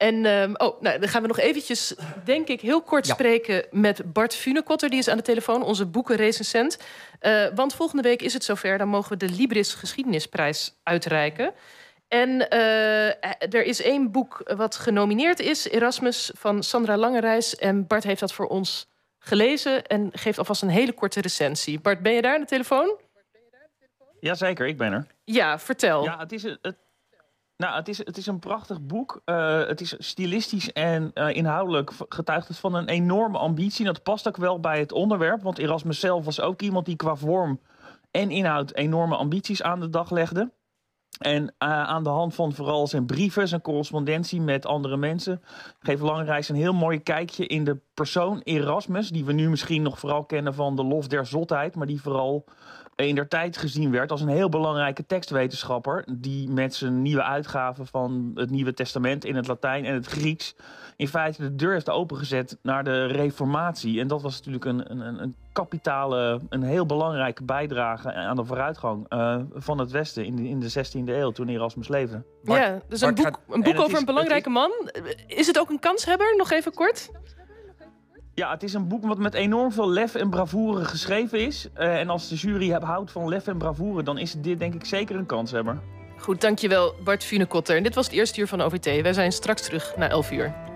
En dan gaan we nog eventjes, denk ik, heel kort spreken met Bart Funekotter. Die is aan de telefoon, onze boekenrecensent. Want volgende week is het zover. Dan mogen we de Libris Geschiedenisprijs uitreiken. En er is 1 boek wat genomineerd is. Erasmus van Sandra Langerijs. En Bart heeft dat voor ons gelezen en geeft alvast een hele korte recensie. Bart, ben je daar aan de telefoon? Jazeker, ik ben er. Ja, vertel. Ja, het is een prachtig boek. Het is stilistisch en inhoudelijk getuigt het van een enorme ambitie. Dat past ook wel bij het onderwerp. Want Erasmus zelf was ook iemand die qua vorm en inhoud enorme ambities aan de dag legde. En aan de hand van vooral zijn brieven, zijn correspondentie met andere mensen, geeft Langerijs een heel mooi kijkje in de persoon Erasmus, die we nu misschien nog vooral kennen van de lof der zotheid, maar die vooral in der tijd gezien werd als een heel belangrijke tekstwetenschapper, die met zijn nieuwe uitgave van het Nieuwe Testament in het Latijn en het Grieks in feite de deur heeft opengezet naar de reformatie. En dat was natuurlijk een kapitale, een heel belangrijke bijdrage aan de vooruitgang van het Westen in de 16e eeuw, toen Erasmus leefde. Ja, dus een boek over een belangrijke man. Is het ook een kanshebber? Nog even kort. Ja, het is een boek wat met enorm veel lef en bravoure geschreven is. En als de jury houdt van lef en bravoure, dan is dit denk ik zeker een kanshebber. Goed, dankjewel Bart Funekotter. En dit was het eerste uur van OVT. Wij zijn straks terug na 11 uur.